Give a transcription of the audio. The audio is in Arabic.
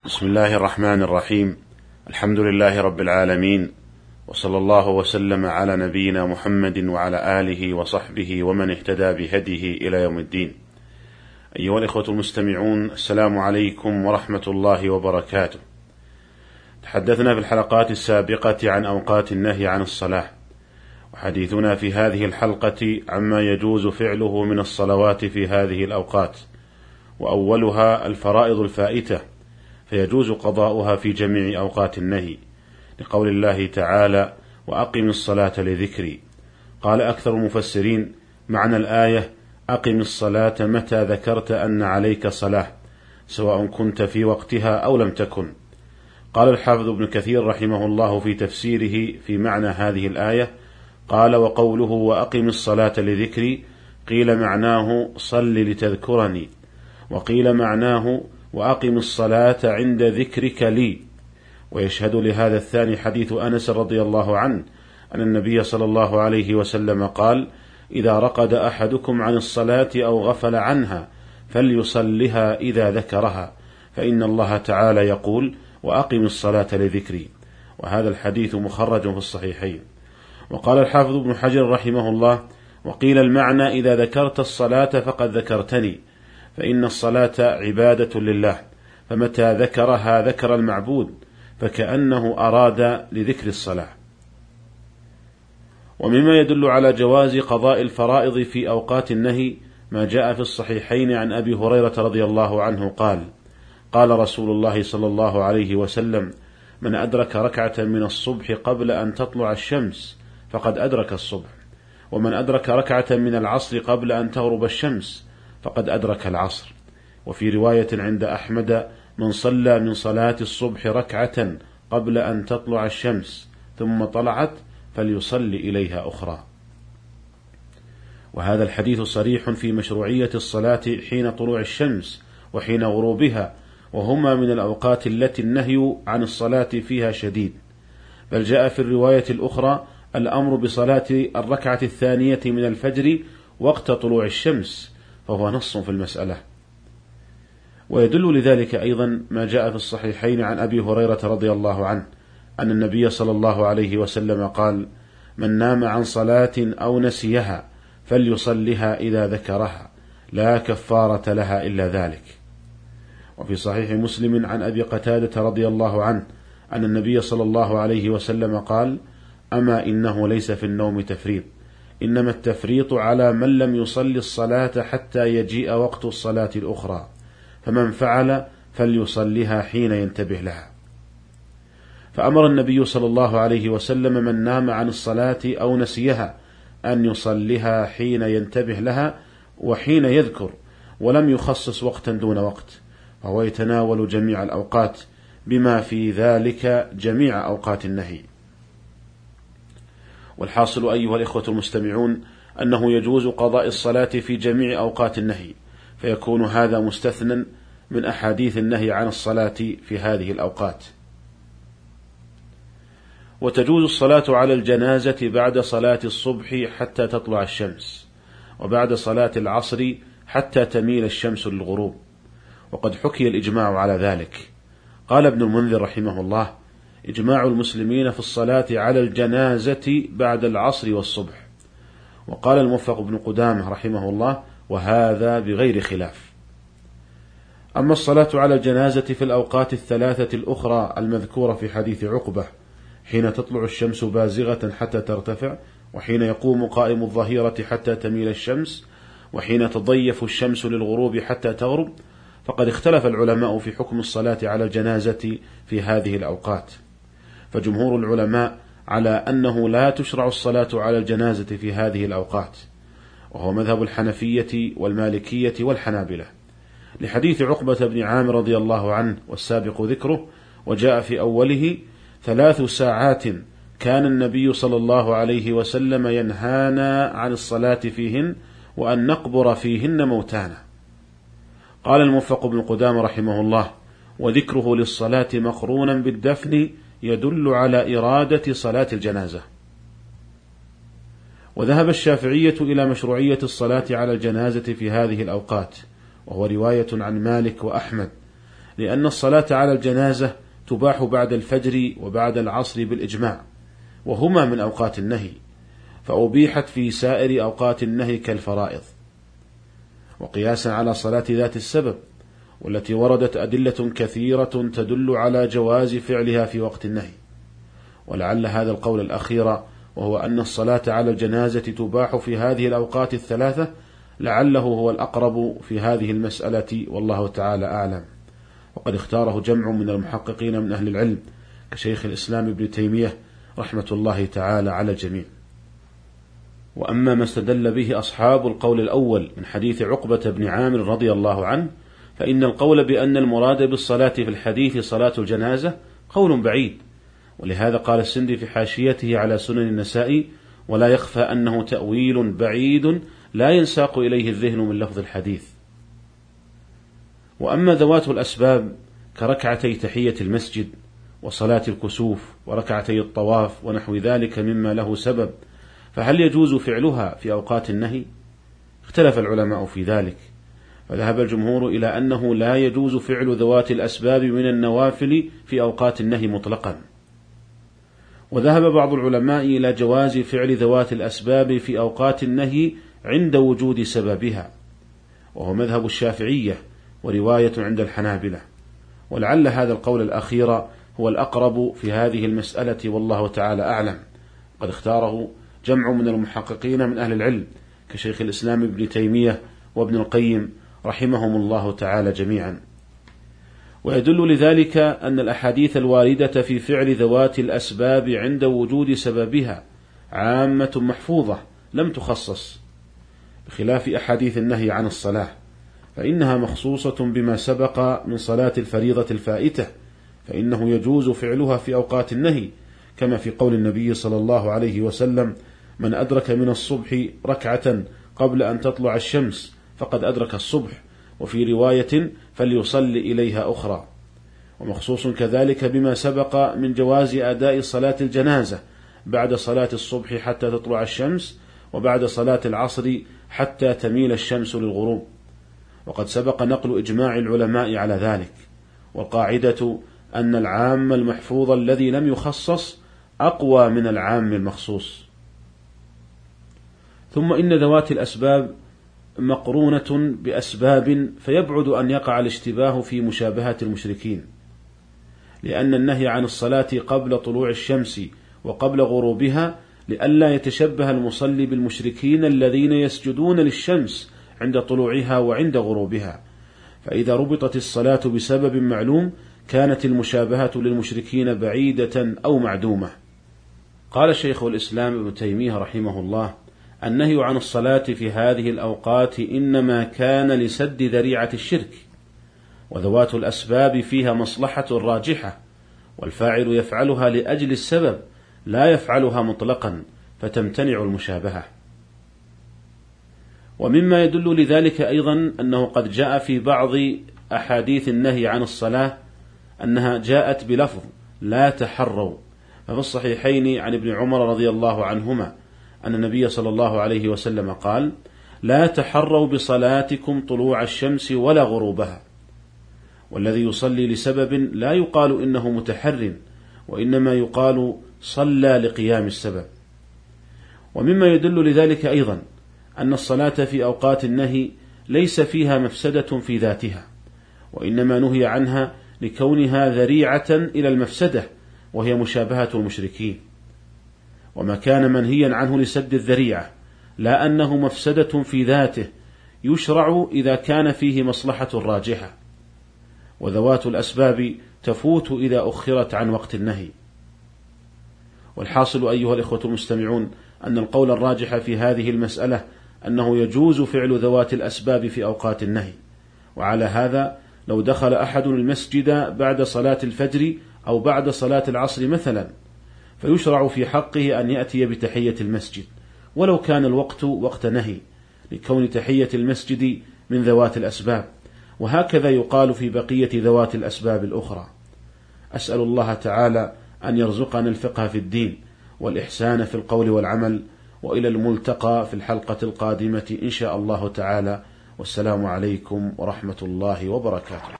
بسم الله الرحمن الرحيم. الحمد لله رب العالمين، وصلى الله وسلم على نبينا محمد وعلى آله وصحبه ومن اهتدى بهديه إلى يوم الدين. أيها الإخوة المستمعون، السلام عليكم ورحمة الله وبركاته. تحدثنا في الحلقات السابقة عن أوقات النهي عن الصلاة، وحديثنا في هذه الحلقة عما يجوز فعله من الصلوات في هذه الأوقات، وأولها الفرائض الفائتة، فيجوز قضاؤها في جميع أوقات النهي، لقول الله تعالى: وأقم الصلاة لذكري. قال أكثر المفسرين: معنى الآية أقم الصلاة متى ذكرت أن عليك صلاة، سواء كنت في وقتها أو لم تكن. قال الحافظ ابن كثير رحمه الله في تفسيره في معنى هذه الآية، قال: وقوله وأقم الصلاة لذكري قيل معناه صل لتذكرني، وقيل معناه وأقم الصلاة عند ذكرك لي. ويشهد لهذا الثاني حديث أنس رضي الله عنه أن النبي صلى الله عليه وسلم قال: إذا رقد أحدكم عن الصلاة أو غفل عنها فليصلها إذا ذكرها، فإن الله تعالى يقول: وأقم الصلاة لذكري. وهذا الحديث مخرج في الصحيحين. وقال الحافظ ابن حجر رحمه الله: وقيل المعنى إذا ذكرت الصلاة فقد ذكرتني، فإن الصلاة عبادة لله، فمتى ذكرها ذكر المعبود، فكأنه أراد لذكر الصلاة. ومما يدل على جواز قضاء الفرائض في أوقات النهي ما جاء في الصحيحين عن أبي هريرة رضي الله عنه قال: قال رسول الله صلى الله عليه وسلم: من أدرك ركعة من الصبح قبل أن تطلع الشمس فقد أدرك الصبح، ومن أدرك ركعة من العصر قبل أن تغرب الشمس فقد أدرك العصر. وفي رواية عند أحمد: من صلى من صلاة الصبح ركعة قبل أن تطلع الشمس ثم طلعت فليصلي إليها أخرى. وهذا الحديث صريح في مشروعية الصلاة حين طلوع الشمس وحين غروبها، وهما من الأوقات التي النهي عن الصلاة فيها شديد. بل جاء في الرواية الأخرى الأمر بصلاة الركعة الثانية من الفجر وقت طلوع الشمس، فهو نص في المسألة. ويدل لذلك أيضا ما جاء في الصحيحين عن أبي هريرة رضي الله عنه أن النبي صلى الله عليه وسلم قال: من نام عن صلاة أو نسيها فليصلها إذا ذكرها، لا كفارة لها إلا ذلك. وفي صحيح مسلم عن أبي قتادة رضي الله عنه أن النبي صلى الله عليه وسلم قال: أما إنه ليس في النوم تفريط، إنما التفريط على من لم يصلي الصلاة حتى يجيء وقت الصلاة الأخرى، فمن فعل فليصليها حين ينتبه لها. فأمر النبي صلى الله عليه وسلم من نام عن الصلاة أو نسيها أن يصليها حين ينتبه لها وحين يذكر، ولم يخصص وقتا دون وقت، وهو يتناول جميع الأوقات بما في ذلك جميع أوقات النهي. والحاصل أيها الإخوة المستمعون أنه يجوز قضاء الصلاة في جميع أوقات النهي، فيكون هذا مستثنى من أحاديث النهي عن الصلاة في هذه الأوقات. وتجوز الصلاة على الجنازة بعد صلاة الصبح حتى تطلع الشمس، وبعد صلاة العصر حتى تميل الشمس للغروب، وقد حكي الإجماع على ذلك. قال ابن المنذر رحمه الله: إجماع المسلمين في الصلاة على الجنازة بعد العصر والصبح. وقال الموفق بن قدامة رحمه الله: وهذا بغير خلاف. أما الصلاة على الجنازة في الأوقات الثلاثة الأخرى المذكورة في حديث عقبة، حين تطلع الشمس بازغة حتى ترتفع، وحين يقوم قائم الظهيرة حتى تميل الشمس، وحين تضيف الشمس للغروب حتى تغرب، فقد اختلف العلماء في حكم الصلاة على الجنازة في هذه الأوقات. فجمهور العلماء على أنه لا تشرع الصلاة على الجنازة في هذه الأوقات، وهو مذهب الحنفية والمالكية والحنابلة، لحديث عقبة بن عامر رضي الله عنه والسابق ذكره، وجاء في أوله: 3 ساعات كان النبي صلى الله عليه وسلم ينهانا عن الصلاة فيهن وأن نقبر فيهن موتانا. قال الموفق بن قدامة رحمه الله: وذكره للصلاة مقرونا بالدفن يدل على إرادة صلاة الجنازة. وذهب الشافعية إلى مشروعية الصلاة على الجنازة في هذه الأوقات، وهو رواية عن مالك وأحمد، لأن الصلاة على الجنازة تباح بعد الفجر وبعد العصر بالإجماع، وهما من أوقات النهي، فأبيحت في سائر أوقات النهي كالفرائض، وقياسا على صلاة ذات السبب والتي وردت أدلة كثيرة تدل على جواز فعلها في وقت النهي. ولعل هذا القول الأخير، وهو أن الصلاة على الجنازة تباح في هذه الأوقات الثلاثة، لعله هو الأقرب في هذه المسألة، والله تعالى أعلم. وقد اختاره جمع من المحققين من أهل العلم كشيخ الإسلام ابن تيمية رحمة الله تعالى على الجميع. وأما ما استدل به أصحاب القول الأول من حديث عقبة بن عامر رضي الله عنه، فإن القول بأن المراد بالصلاة في الحديث صلاة الجنازة قول بعيد، ولهذا قال السندي في حاشيته على سنن النسائي: ولا يخفى أنه تأويل بعيد لا ينساق إليه الذهن من لفظ الحديث. وأما ذوات الأسباب كركعتي تحية المسجد وصلاة الكسوف وركعتي الطواف ونحو ذلك مما له سبب، فهل يجوز فعلها في أوقات النهي؟ اختلف العلماء في ذلك، فذهب الجمهور إلى أنه لا يجوز فعل ذوات الأسباب من النوافل في أوقات النهي مطلقا، وذهب بعض العلماء إلى جواز فعل ذوات الأسباب في أوقات النهي عند وجود سببها، وهو مذهب الشافعية ورواية عند الحنابلة، ولعل هذا القول الأخير هو الأقرب في هذه المسألة، والله تعالى أعلم. قد اختاره جمع من المحققين من أهل العلم كشيخ الإسلام ابن تيمية وابن القيم رحمهم الله تعالى جميعا. ويدل لذلك أن الأحاديث الواردة في فعل ذوات الأسباب عند وجود سببها عامة محفوظة لم تخصص، بخلاف أحاديث النهي عن الصلاة، فإنها مخصوصة بما سبق من صلاة الفريضة الفائتة، فإنه يجوز فعلها في أوقات النهي، كما في قول النبي صلى الله عليه وسلم: من أدرك من الصبح ركعة قبل أن تطلع الشمس فقد أدرك الصبح، وفي رواية: فليصل إليها أخرى. ومخصوص كذلك بما سبق من جواز أداء صلاة الجنازة بعد صلاة الصبح حتى تطلع الشمس، وبعد صلاة العصر حتى تميل الشمس للغروب، وقد سبق نقل إجماع العلماء على ذلك. والقاعدة أن العام المحفوظ الذي لم يخصص أقوى من العام المخصوص. ثم إن ذوات الأسباب مقرونة بأسباب، فيبعد أن يقع الاشتباه في مشابهة المشركين، لأن النهي عن الصلاة قبل طلوع الشمس وقبل غروبها لئلا يتشبه المصلي بالمشركين الذين يسجدون للشمس عند طلوعها وعند غروبها، فإذا ربطت الصلاة بسبب معلوم كانت المشابهة للمشركين بعيدة أو معدومة. قال شيخ الإسلام ابن تيمية رحمه الله: النهي عن الصلاة في هذه الأوقات إنما كان لسد ذريعة الشرك، وذوات الأسباب فيها مصلحة راجحة، والفاعل يفعلها لأجل السبب لا يفعلها مطلقا، فتمتنع المشابهة. ومما يدل لذلك أيضا أنه قد جاء في بعض أحاديث النهي عن الصلاة أنها جاءت بلفظ لا تحروا، ففي الصحيحين عن ابن عمر رضي الله عنهما أن النبي صلى الله عليه وسلم قال: لا تحروا بصلاتكم طلوع الشمس ولا غروبها. والذي يصلي لسبب لا يقال إنه متحر، وإنما يقال صلى لقيام السبب. ومما يدل لذلك أيضا أن الصلاة في أوقات النهي ليس فيها مفسدة في ذاتها، وإنما نهي عنها لكونها ذريعة إلى المفسدة، وهي مشابهة المشركين. وما كان منهيا عنه لسد الذريعة، لا أنه مفسدة في ذاته، يشرع إذا كان فيه مصلحة راجحة، وذوات الأسباب تفوت إذا أخرت عن وقت النهي. والحاصل أيها الإخوة المستمعون أن القول الراجح في هذه المسألة أنه يجوز فعل ذوات الأسباب في أوقات النهي. وعلى هذا لو دخل أحد المسجد بعد صلاة الفجر أو بعد صلاة العصر مثلا، فيشرع في حقه أن يأتي بتحية المسجد ولو كان الوقت وقت نهي، لكون تحية المسجد من ذوات الأسباب، وهكذا يقال في بقية ذوات الأسباب الأخرى. أسأل الله تعالى أن يرزقنا الفقه في الدين والإحسان في القول والعمل، وإلى الملتقى في الحلقة القادمة إن شاء الله تعالى، والسلام عليكم ورحمة الله وبركاته.